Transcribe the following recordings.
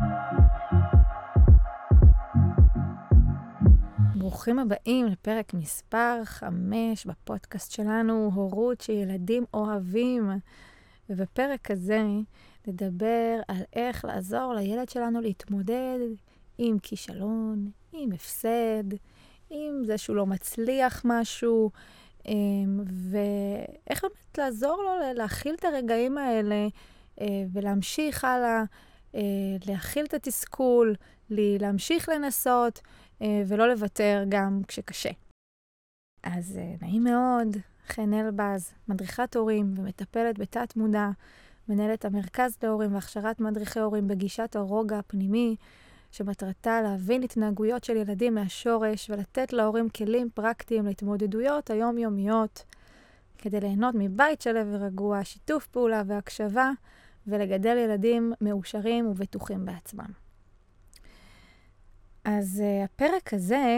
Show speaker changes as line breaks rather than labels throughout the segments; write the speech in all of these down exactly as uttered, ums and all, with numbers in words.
ברוכים הבאים לפרק מספר חמש בפודקאסט שלנו, הורות שילדים אוהבים. ובפרק הזה נדבר על איך לעזור לילד שלנו להתמודד עם כישלון, עם הפסד, עם זה שהוא לא מצליח משהו, ואיך באמת לעזור לו להכיל את הרגעים האלה ולהמשיך הלאה, להכיל את התסכול, להמשיך לנסות ולא לוותר גם כשקשה. אז נעים מאוד, חן אלבז, מדריכת הורים ומטפלת בתת מודע, מנהלת המרכז להורים והכשרת מדריכי הורים בגישת הרוגע הפנימי, שמטרתה להבין התנהגויות של ילדים מהשורש ולתת להורים כלים פרקטיים להתמודדויות היומיומיות, כדי ליהנות מבית שלו ורגוע, שיתוף פעולה והקשבה, ולגדל ילדים מאושרים ובטוחים בעצמם. אז uh, הפרק הזה,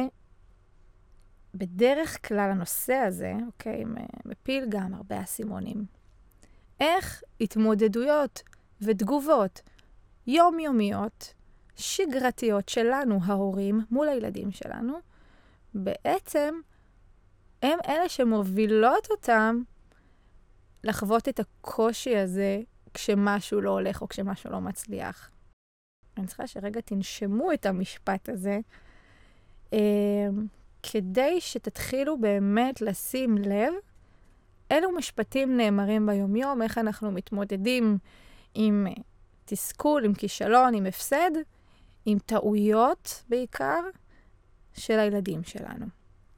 בדרך כלל הנושא הזה, אוקיי, מפיל גם הרבה אסימונים. איך התמודדויות ותגובות יומיומיות, שגרתיות שלנו, ההורים, מול הילדים שלנו, בעצם הם אלה שמובילות אותם לחוות את הקושי הזה כשמשהו לא הולך או כשמשהו לא מצליח. אני צריכה שרגע תנשמו את המשפט הזה, אה, כדי שתתחילו באמת לשים לב, אילו משפטים נאמרים ביומיום, איך אנחנו מתמודדים עם תסכול, עם כישלון, עם הפסד, עם טעויות בעיקר של הילדים שלנו.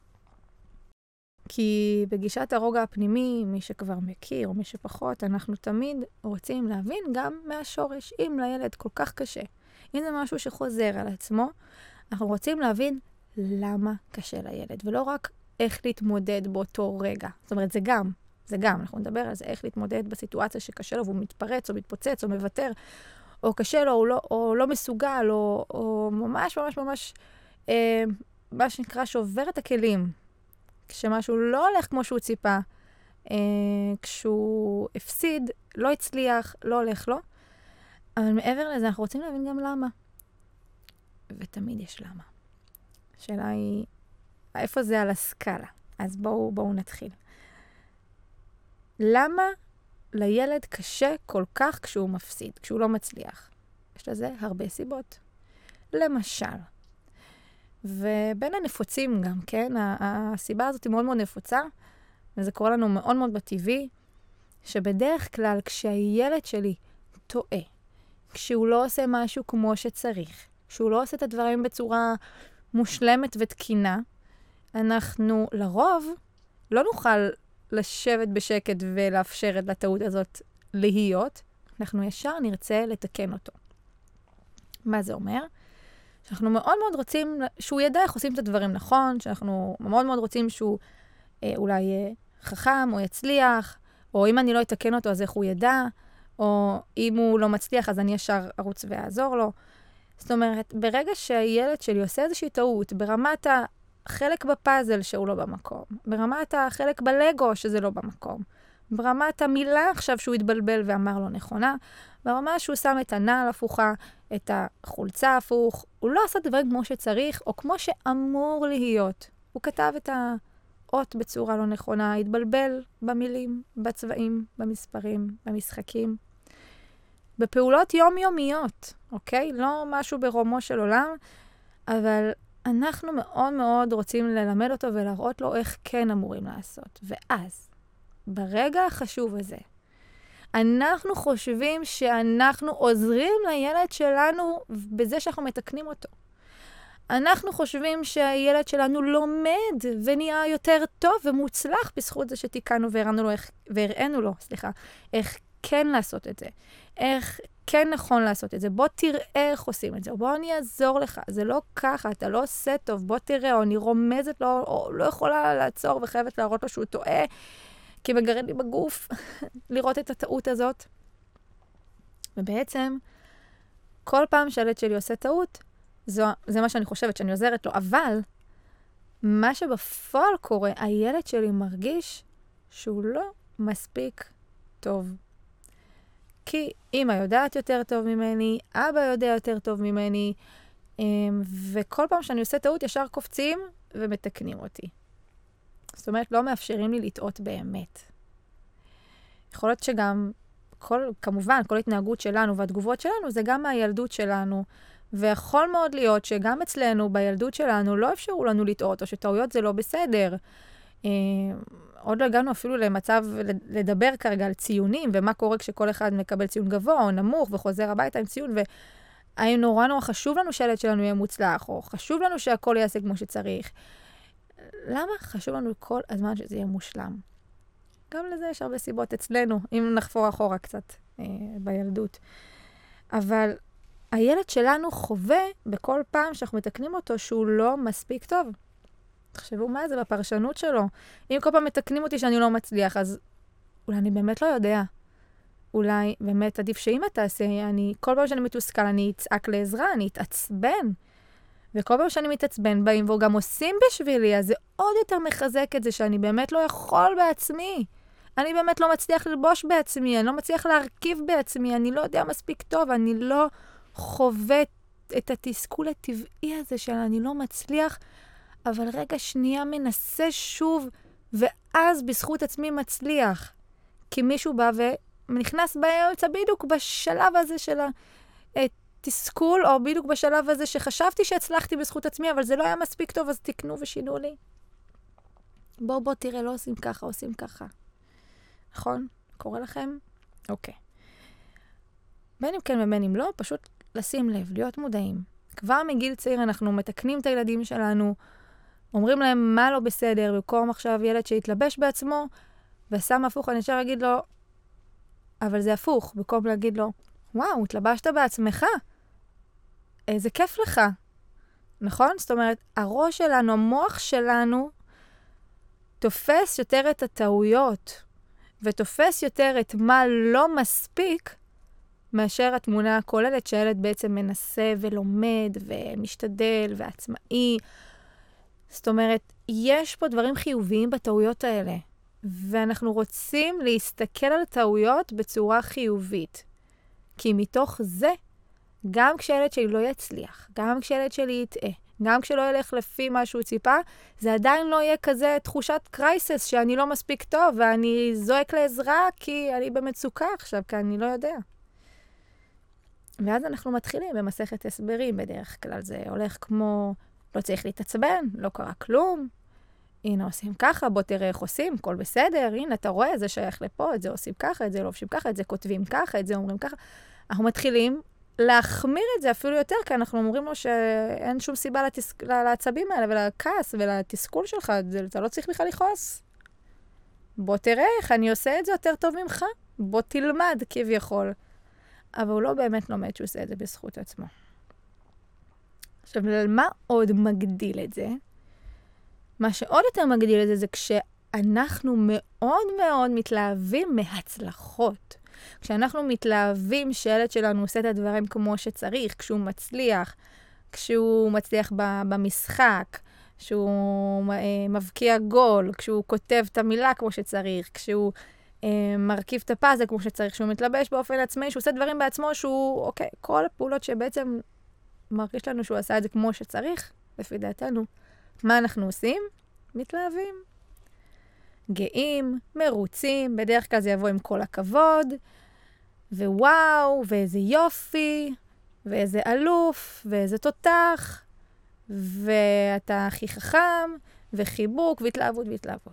כי בגישת הרוגע הפנימי, מי שכבר מכיר או מי שפחות, אנחנו תמיד רוצים להבין גם מהשורש, אם לילד כל כך קשה. אם זה משהו שחוזר על עצמו, אנחנו רוצים להבין למה קשה לילד, ולא רק איך להתמודד באותו רגע. זאת אומרת, זה גם, זה גם, אנחנו נדבר על זה, איך להתמודד בסיטואציה שקשה לו, והוא מתפרץ או מתפוצץ או מוותר, או קשה לו, או לא, או לא מסוגל, או, או ממש ממש ממש, אה, מה שנקרא שובר את הכלים, כשמשהו לא הולך כמו שהוא ציפה, אה, כשהוא הפסיד, לא הצליח, לא הולך לו, אבל מעבר לזה, אנחנו רוצים להבין גם למה. ותמיד יש למה. השאלה היא, איפה זה על הסקאלה? אז בואו, בואו נתחיל. למה לילד קשה כל כך כשהוא מפסיד, כשהוא לא מצליח? יש לזה הרבה סיבות. למשל, ובין הנפוצים גם, כן? הסיבה הזאת היא מאוד מאוד נפוצה, וזה קורה לנו מאוד מאוד בטבעי, שבדרך כלל כשהילד שלי טועה, כשהוא לא עושה משהו כמו שצריך, כשהוא לא עושה את הדברים בצורה מושלמת ותקינה, אנחנו לרוב לא נוכל לשבת בשקט ולאפשר את הטעות הזאת להיות, אנחנו ישר נרצה לתקן אותו. מה זה אומר? שאנחנו מאוד מאוד רוצים שהוא ידע איך עושים את הדברים נכון, שאנחנו מאוד מאוד רוצים שהוא אה, אולי יהיה חכם או יצליח, או אם אני לא אתקן אותו אז איך הוא ידע, או אם הוא לא מצליח, אז אני ישר ארוץ ואעזור לו. זאת אומרת, ברגע שהילד שלי עושה איזושהי טעות, ברמת החלק בפאזל שהוא לא במקום, ברמת החלק בלגו שזה לא במקום, ברמת המילה עכשיו שהוא התבלבל ואמר לא נכונה, ברמה שהוא שם את הנעל הפוכה, את החולצה הפוך, הוא לא עשה דברים כמו שצריך, או כמו שאמור להיות. הוא כתב את האות בצורה לא נכונה, התבלבל במילים, בצבעים, במספרים, במשחקים. בפעולות יומיומיות, אוקיי? לא משהו ברומו של עולם, אבל אנחנו מאוד מאוד רוצים ללמד אותו ולהראות לו איך כן אמורים לעשות. ואז, ברגע החשוב הזה, אנחנו חושבים שאנחנו עוזרים לילד שלנו בזה שאנחנו מתקנים אותו. אנחנו חושבים שהילד שלנו לומד ונהיה יותר טוב ומוצלח בזכות זה שתיקנו והראינו לו, איך, והראינו לו, סליחה, איך כן לעשות את זה. איך כן נכון לעשות את זה. בוא תראה איך עושים את זה, או בוא אני אעזור לך. זה לא ככה, אתה לא עושה טוב, בוא תראה, או אני רומזת לו, או לא יכולה לעצור וחייבת להראות לו שהוא טועה, כי מגרד לי בגוף לראות את הטעות הזאת. ובעצם, כל פעם שהילד שלי עושה טעות, זו, זה מה שאני חושבת, שאני עוזרת לו. אבל, מה שבפועל קורה, הילד שלי מרגיש שהוא לא מספיק טוב. כי אמא יודעת יותר טוב ממני, אבא יודע יותר טוב ממני, וכל פעם שאני עושה טעות, ישר קופצים ומתקנים אותי. זאת אומרת, לא מאפשרים לי לטעות באמת. יכול להיות שגם, כל, כמובן, כל התנהגות שלנו והתגובות שלנו, זה גם מהילדות שלנו. ויכול מאוד להיות שגם אצלנו, בילדות שלנו, לא אפשרו לנו לטעות, או שטעויות זה לא בסדר. אה, עוד לא הגענו אפילו למצב לדבר כרגע על ציונים, ומה קורה כשכל אחד מקבל ציון גבוה או נמוך, וחוזר הביתה עם ציון, והאם נורא נורא חשוב לנו שהילד שלנו יהיה מוצלח, או חשוב לנו שהכל יעשה כמו שצריך. למה חשוב לנו כל הזמן שזה יהיה מושלם? גם לזה יש הרבה סיבות אצלנו, אם נחפור אחורה קצת אה, בילדות. אבל הילד שלנו חווה בכל פעם שאנחנו מתקנים אותו שהוא לא מספיק טוב. תחשבו מה זה בפרשנות שלו. אם כל פעם מתקנים אותי שאני לא מצליח, אז אולי אני באמת לא יודע. אולי באמת עדיף שאמא תעשה, אני, כל פעם שאני מתוסכל אני אצעק לעזרה, אני אתעצבן. וכל פעם שאני מתעצבן באים וגם עושים בשבילי, אז זה עוד יותר מחזק את זה שאני באמת לא יכול בעצמי. אני באמת לא מצליח ללבוש בעצמי, אני לא מצליח להרכיב בעצמי, אני לא יודע מספיק טוב, אני לא חווה את התסכול הטבעי הזה של אני לא מצליח, אבל רגע שנייה מנסה שוב, ואז בזכות עצמי מצליח. כי מישהו בא ונכנס באמצע בדיוק בשלב הזה של התסכול, או בדיוק בשלב הזה שחשבתי שהצלחתי בזכות עצמי, אבל זה לא היה מספיק טוב, אז תקנו ושינו לי. בוא, בוא, תראה, לא עושים ככה, עושים ככה. נכון? קורא לכם? אוקיי. בין אם כן ובין אם לא, פשוט לשים לב, להיות מודעים. כבר מגיל צעיר אנחנו מתקנים את הילדים שלנו, אומרים להם מה לא בסדר, במקום עכשיו ילד שהתלבש בעצמו, ושם הפוך, אני אפשר להגיד לו, אבל זה הפוך, במקום להגיד לו, וואו, התלבשת בעצמך. איזה כיף לך. נכון? זאת אומרת, הראש שלנו, המוח שלנו, תופס יותר את הטעויות, ותופס יותר את מה לא מספיק, מאשר התמונה הכוללת שהילד בעצם מנסה ולומד ומשתדל ועצמאי. זאת אומרת, יש פה דברים חיוביים בטעויות האלה, ואנחנו רוצים להסתכל על טעויות בצורה חיובית. כי מתוך זה, גם כשילד שלי לא יצליח, גם כשילד שלי יטעה, גם כשלא ילך לפי מה שהוא ציפה, זה עדיין לא יהיה כזה תחושת קרייסס שאני לא מספיק טוב, ואני זועק לעזרה כי אני במצוקה עכשיו, כי אני לא יודע. ואז אנחנו מתחילים במסכת הסברים, בדרך כלל זה הולך כמו, לא צריך להתעצבן, לא קרה כלום, הנה עושים ככה, בוא תראה איך עושים, הכל בסדר, הנה אתה רואה, זה שייך לפה, את זה עושים ככה, את זה לא עושים ככה, את זה כותבים ככה, את זה אומרים ככה. אנחנו מתחילים להחמיר את זה אפילו יותר, כי אנחנו אומרים לו שאין שום סיבה לתס... לעצבים האלה ולכעס ולתסכול שלך, אתה לא צריך בכלל לכעוס. בוא תראה איך אני עושה את זה יותר טוב ממך, בוא תלמד כביכול. אבל הוא לא באמת לומד שהוא עושה את זה בזכות עצמו. עכשיו, מה עוד מגדיל את זה? מה שעוד יותר מגדיל את זה, זה כשאנחנו מאוד מאוד מתלהבים מהצלחות. כשאנחנו מתלהבים שהילד שלנו עושה את הדברים כמו שצריך, כשהוא מצליח, כשהוא מצליח במשחק, כשהוא מבקיע גול, כשהוא כותב את המילה כמו שצריך, כשהוא מרכיב את הפאזל כמו שצריך, שהוא מתלבש באופן עצמאי, שהוא עושה דברים בעצמו, שהוא, אוקיי, כל הפעולות שבעצם מרגיש לנו שהוא עשה את זה כמו שצריך, לפי דעתנו. מה אנחנו עושים? מתלהבים. גאים, מרוצים, בדרך כלל זה יבוא עם כל הכבוד, ווואו, ואיזה יופי, ואיזה אלוף, ואיזה תותח, ואתה הכי חכם, וחיבוק, והתלהבות, והתלהבות.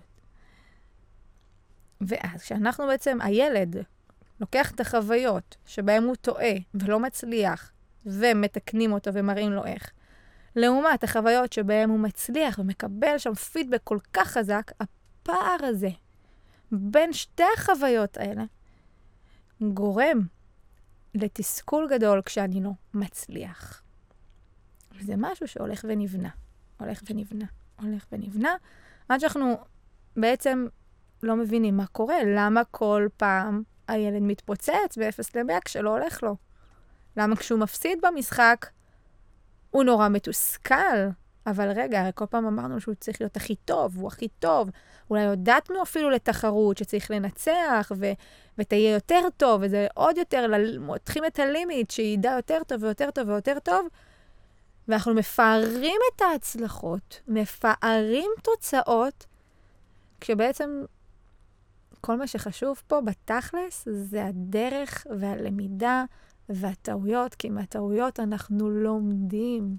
ואז כשאנחנו בעצם, הילד לוקח את החוויות שבהם הוא טועה ולא מצליח, ומתקנים אותו ומראים לו איך, לעומת החוויות שבהם הוא מצליח ומקבל שם פידבק כל כך חזק, הפער הזה בין שתי החוויות האלה גורם לתסכול גדול כשאני לא מצליח. זה משהו שהולך ונבנה, הולך ונבנה, הולך ונבנה, עד שאנחנו בעצם לא מבינים מה קורה, למה כל פעם הילד מתפוצץ באפס למאה כשלא הולך לו. למה כשהוא מפסיד במשחק, הוא נורא מתוסכל, אבל רגע, הרי כל פעם אמרנו שהוא צריך להיות הכי טוב, הוא הכי טוב. אולי הודעתנו אפילו לתחרות שצריך לנצח, ו- ותהיה יותר טוב, וזה עוד יותר, מותחים את הלימיט, שידע יותר טוב ויותר טוב ויותר טוב, ואנחנו מפארים את ההצלחות, מפארים תוצאות, כשבעצם כל מה שחשוב פה בתכלס, זה הדרך והלמידה והטעויות, כי מהטעויות אנחנו לומדים.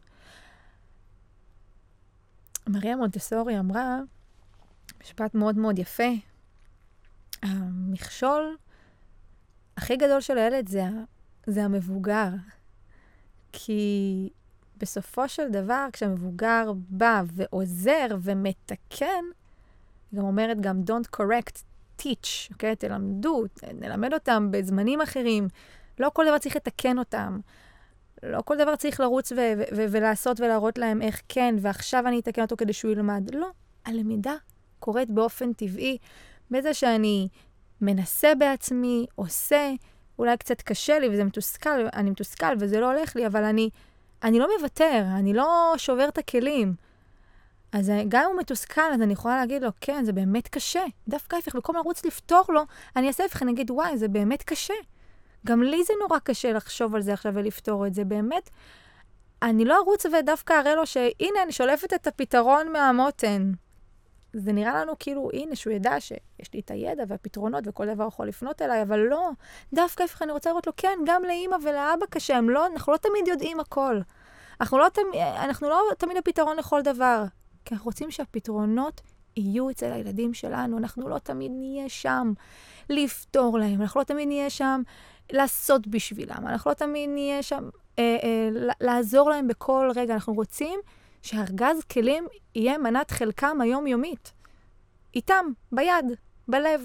מריה מונטסורי אמרה, משפט מאוד מאוד יפה, המכשול הכי גדול של הילד זה, זה המבוגר. כי בסופו של דבר, כשהמבוגר בא ועוזר ומתקן, היא גם אומרת גם don't correct, teach, אוקיי? תלמדו, נלמד אותם בזמנים אחרים. לא כל דבר צריך לתקן אותם. לא כל דבר צריך לרוץ ו- ו- ו- ולעשות ולהראות להם איך כן, ועכשיו אני אתקן אותו כדי שהוא ילמד. לא, הלמידה קורית באופן טבעי, בזה שאני מנסה בעצמי, עושה, אולי קצת קשה לי וזה מתוסכל, אני מתוסכל וזה לא הולך לי, אבל אני, אני לא מוותר, אני לא שובר את הכלים. אז גם אם הוא מתוסכל, אז אני יכולה להגיד לו, כן, זה באמת קשה. דווקא ההפך, במקום לרוץ לפתור לו, אני אעשה הפך, אני אגיד, וואי, זה באמת קשה. גם לי זה נורא קשה לחשוב על זה עכשיו ולפתור את זה. באמת, אני לא ארוץ ודווקא אראה לו שהנה, אני שולפת את הפתרון מהמותן. זה נראה לנו כאילו, הנה, שהוא ידע שיש לי את הידע והפתרונות וכל דבר יכול לפנות אליי, אבל לא. דווקא ההפך, אני רוצה לראות לו, כן, גם לאמא ולאבא קשה, הם לא, אנחנו לא תמיד יודעים הכל. אנחנו לא, תמיד, אנחנו לא תמיד הפתרון לכל דבר. כי אנחנו רוצים שהפתרונות יהיו אצל הילדים שלנו. אנחנו לא תמיד נהיה שם לפתור להם. אנחנו לא תמיד נהיה שם לעשות בשבילם. אנחנו לא תמיד נהיה שם אה, אה, לעזור להם בכל רגע. אנחנו רוצים שהארגז כלים יהיה מנת חלקם היומיומית. איתם, ביד, בלב,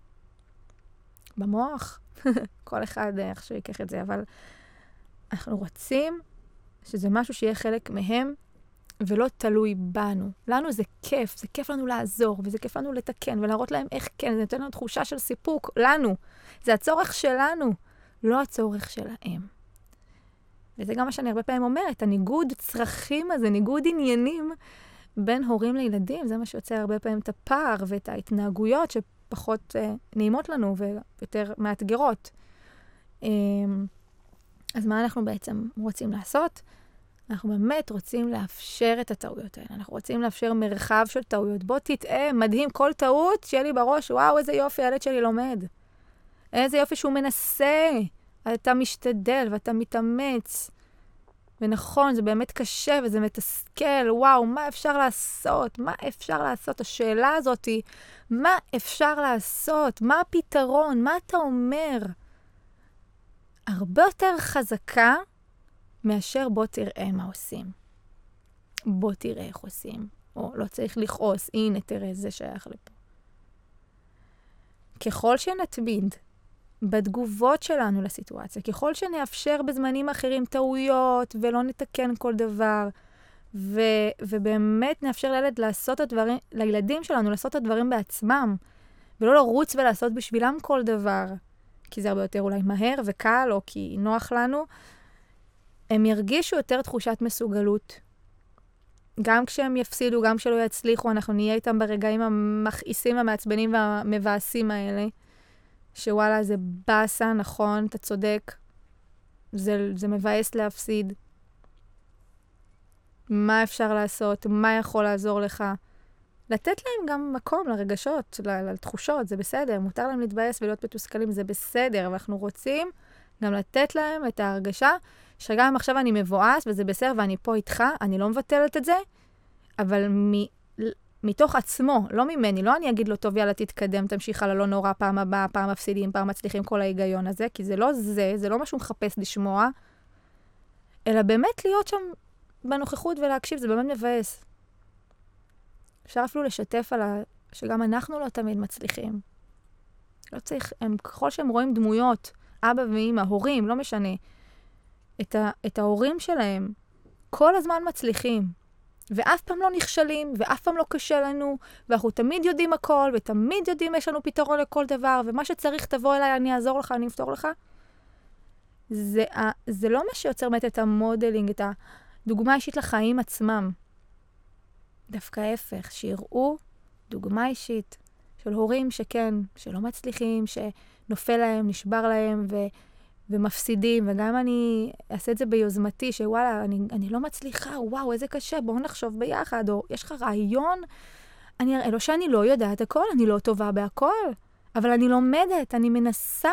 במוח. כל אחד איך שהוא ייקח את זה, אבל אנחנו רוצים שזה משהו שיהיה חלק מהם, ולא תלוי בנו. לנו זה כיף, זה כיף לנו לעזור, וזה כיף לנו לתקן, ולהראות להם איך כן, זה נותן לנו תחושה של סיפוק, לנו. זה הצורך שלנו, לא הצורך שלהם. וזה גם מה שאני הרבה פעמים אומרת, הניגוד צרכים הזה, ניגוד עניינים בין הורים לילדים, זה מה שיוצר הרבה פעמים את הפער ואת ההתנהגויות שפחות אה, נעימות לנו ויותר מאתגרות. אה, אז מה אנחנו בעצם רוצים לעשות? אנחנו באמת רוצים לאפשר את הטעויות האלה. אנחנו רוצים לאפשר מרחב של טעויות. בוא תטעה, מדהים, כל טעות שיהיה לי בראש, וואו, איזה יופי, הילד שלי לומד. איזה יופי שהוא מנסה. אתה משתדל ואתה מתאמץ. ונכון, זה באמת קשה וזה מתסכל. וואו, מה אפשר לעשות? מה אפשר לעשות? השאלה הזאת היא, מה אפשר לעשות? מה הפתרון? מה אתה אומר? הרבה יותר חזקה מאשר בוא תראה מה עושים. בוא תראה איך עושים. או לא צריך לכעוס, הנה תראה, זה שייך לפה. ככל שנתמיד בתגובות שלנו לסיטואציה, ככל שנאפשר בזמנים אחרים טעויות ולא נתקן כל דבר, ו- ובאמת נאפשר לילד לעשות את הדברים, לילדים שלנו לעשות את הדברים בעצמם, ולא לרוץ ולעשות בשבילם כל דבר, כי זה הרבה יותר אולי מהר וקל, או כי נוח לנו, הם ירגישו יותר תחושת מסוגלות. גם כשהם יפסידו, גם כשלא יצליחו, אנחנו נהיה איתם ברגעים המכעיסים, המעצבנים והמבאסים האלה, שוואלה, זה בסה, נכון, אתה צודק, זה, זה מבאס להפסיד. מה אפשר לעשות? מה יכול לעזור לך? לתת להם גם מקום לרגשות, לתחושות, זה בסדר. מותר להם להתבאס ולהיות מתוסכלים, זה בסדר. אבל אנחנו רוצים גם לתת להם את ההרגשה, שגם עכשיו אני מבואס, וזה בסדר, ואני פה איתך, אני לא מבטלת את זה, אבל מ... מתוך עצמו, לא ממני, לא אני אגיד לו, טוב, יאללה, תתקדם, תמשיך הלאה, לא נורא, פעם הבאה, פעם מפסידים, פעם מצליחים, כל ההיגיון הזה, כי זה לא זה, זה לא מה שהוא מחפש לשמוע, אלא באמת להיות שם בנוכחות ולהקשיב, זה באמת מבאס. אפשר אפילו לשתף על ה... שגם אנחנו לא תמיד מצליחים. לא צריך, הם, ככל שהם רואים דמויות, אבא ואמא, הורים, לא משנה, את, ה... את ההורים שלהם, כל הזמן מצליחים. ואף פעם לא נכשלים, ואף פעם לא קשה לנו, ואנחנו תמיד יודעים הכל, ותמיד יודעים יש לנו פתרון לכל דבר, ומה שצריך תבוא אליי, אני אעזור לך, אני אפתור לך. זה, זה לא מה שיוצר באמת את המודלינג, את הדוגמה האישית לחיים עצמם. דווקא ההפך, שיראו דוגמה אישית של הורים שכן, שלא מצליחים, שנופל להם, נשבר להם ו... ומפסידים, וגם אני אעשה את זה ביוזמתי, שוואלה, אני, אני לא מצליחה, וואו, איזה קשה, בואו נחשוב ביחד, או יש לך רעיון, אני אראה לו שאני לא יודעת הכל, אני לא טובה בהכל, אבל אני לומדת, אני מנסה.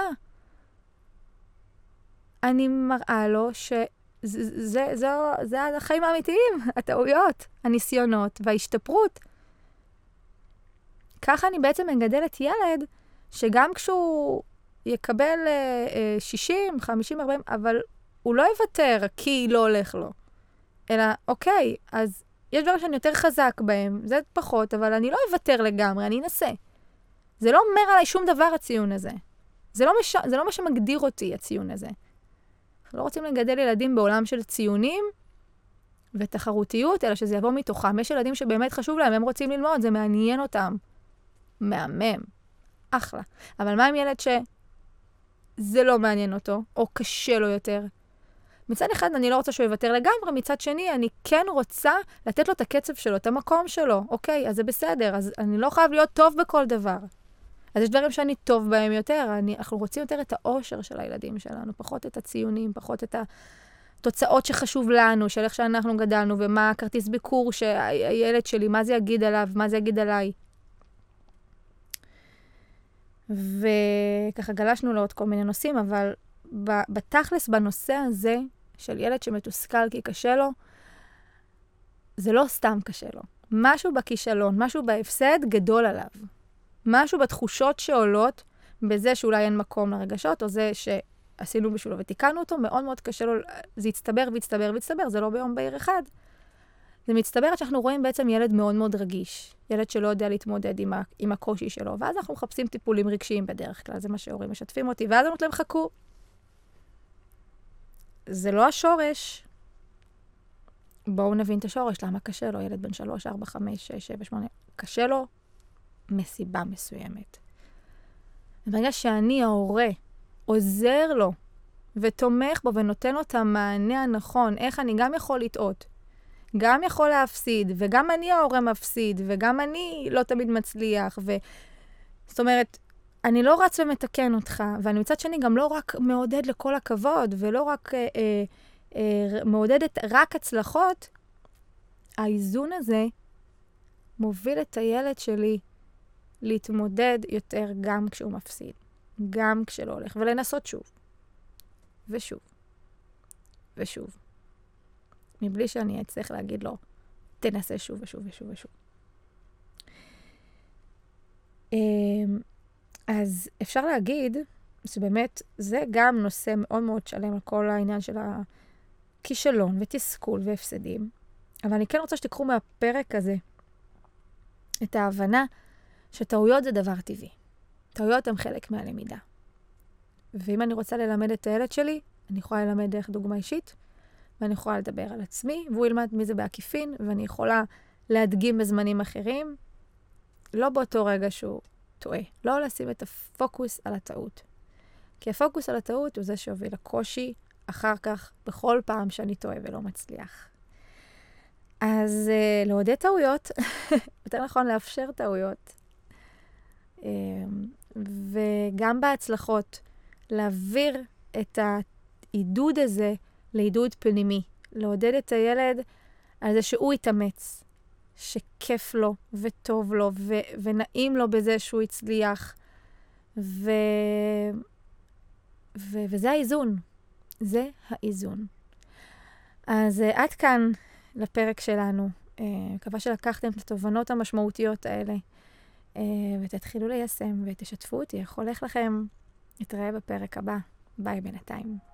אני מראה לו שזה זה, זה, זה החיים האמיתיים, הטעויות, הניסיונות וההשתפרות. ככה אני בעצם מגדלת ילד, שגם כשהוא יקבל uh, שישים, חמישים, ארבעים, אבל הוא לא יוותר כי לא הולך לו. אלא, אוקיי, אז יש דברים שאני יותר חזק בהם, זה פחות, אבל אני לא אוותר לגמרי, אני אנסה. זה לא אומר עליי שום דבר הציון הזה. זה לא, מש... זה לא מה שמגדיר אותי, הציון הזה. אנחנו לא רוצים לגדל ילדים בעולם של ציונים ותחרותיות, אלא שזה יבוא מתוכם. יש ילדים שבאמת חשוב להם, הם רוצים ללמוד, זה מעניין אותם. מהמם. אחלה. אבל מה עם ילד ש... זה לא מעניין אותו, או קשה לו יותר. מצד אחד, אני לא רוצה שהוא יוותר לגמרי, מצד שני, אני כן רוצה לתת לו את הקצב שלו, את המקום שלו. אוקיי, אז זה בסדר, אז אני לא חייב להיות טוב בכל דבר. אז יש דברים שאני טוב בהם יותר, אני, אנחנו רוצים יותר את האושר של הילדים שלנו, פחות את הציונים, פחות את התוצאות שחשוב לנו, של איך שאנחנו גדלנו, ומה הכרטיס ביקור שהילד שלי, מה זה יגיד עליו, מה זה יגיד עליי. וככה גלשנו לעוד כל מיני נושאים, אבל בתכלס, בנושא הזה של ילד שמתוסכל כי קשה לו, זה לא סתם קשה לו. משהו בכישלון, משהו בהפסד גדול עליו. משהו בתחושות שעולות, בזה שאולי אין מקום לרגשות, או זה שעשינו בשבילו ותיקנו אותו, מאוד מאוד קשה לו, זה יצטבר ויצטבר ויצטבר, זה לא ביום בהיר אחד. זה מצטבר שאנחנו רואים בעצם ילד מאוד מאוד רגיש, ילד שלא יודע להתמודד עם, ה, עם הקושי שלו, ואז אנחנו מחפשים טיפולים רגשיים בדרך כלל, זה מה שהורים משתפים אותי, ואז אנחנו אומרים, חכו. זה לא השורש. בואו נבין את השורש, למה קשה לו, ילד בן שלוש, ארבע, חמש, שש, שבע, שמונה, קשה לו מסיבה מסוימת. וברגע שאני, ההורה, עוזר לו, ותומך בו, ונותן לו את המענה הנכון, איך אני גם יכול לטעות, גם יכול להפסיד, וגם אני ההורה מפסיד, וגם אני לא תמיד מצליח, ו... זאת אומרת, אני לא רץ ומתקן אותך, ואני מצד שני גם לא רק מעודד לכל הכבוד, ולא רק אה, אה, אה, מעודדת רק הצלחות, האיזון הזה מוביל את הילד שלי להתמודד יותר גם כשהוא מפסיד, גם כשלא הולך, ולנסות שוב, ושוב, ושוב. מבלי שאני אצליח להגיד לו, תנסה שוב ושוב ושוב ושוב. אז אפשר להגיד שבאמת זה גם נושא מאוד מאוד שלם על כל העניין של הכישלון ותסכול והפסדים. אבל אני כן רוצה שתיקחו מהפרק הזה את ההבנה שטעויות זה דבר טבעי. טעויות הן חלק מהלמידה. ואם אני רוצה ללמד את הילד שלי, אני יכולה ללמד דרך דוגמה אישית, ואני יכולה לדבר על עצמי, והוא ילמד מזה בעקיפין, ואני יכולה להדגים בזמנים אחרים, לא באותו רגע שהוא טועה. לא לשים את הפוקוס על הטעות. כי הפוקוס על הטעות הוא זה שהוביל לקושי, אחר כך, בכל פעם שאני טועה ולא מצליח. אז uh, לעודד טעויות, יותר נכון לאפשר טעויות, um, וגם בהצלחות, להעביר את העידוד הזה לעידוד פנימי. לעודד את הילד על זה שהוא יתאמץ, שכיף לו וטוב לו ו- ונעים לו בזה שהוא הצליח. ו- ו- וזה האיזון. זה האיזון. אז uh, עד כאן לפרק שלנו. Uh, מקווה שלקחתם את התובנות המשמעותיות האלה, uh, ותתחילו ליישם ותשתפו אותי. איך הולך לכם? נתראה בפרק הבא. ביי בינתיים.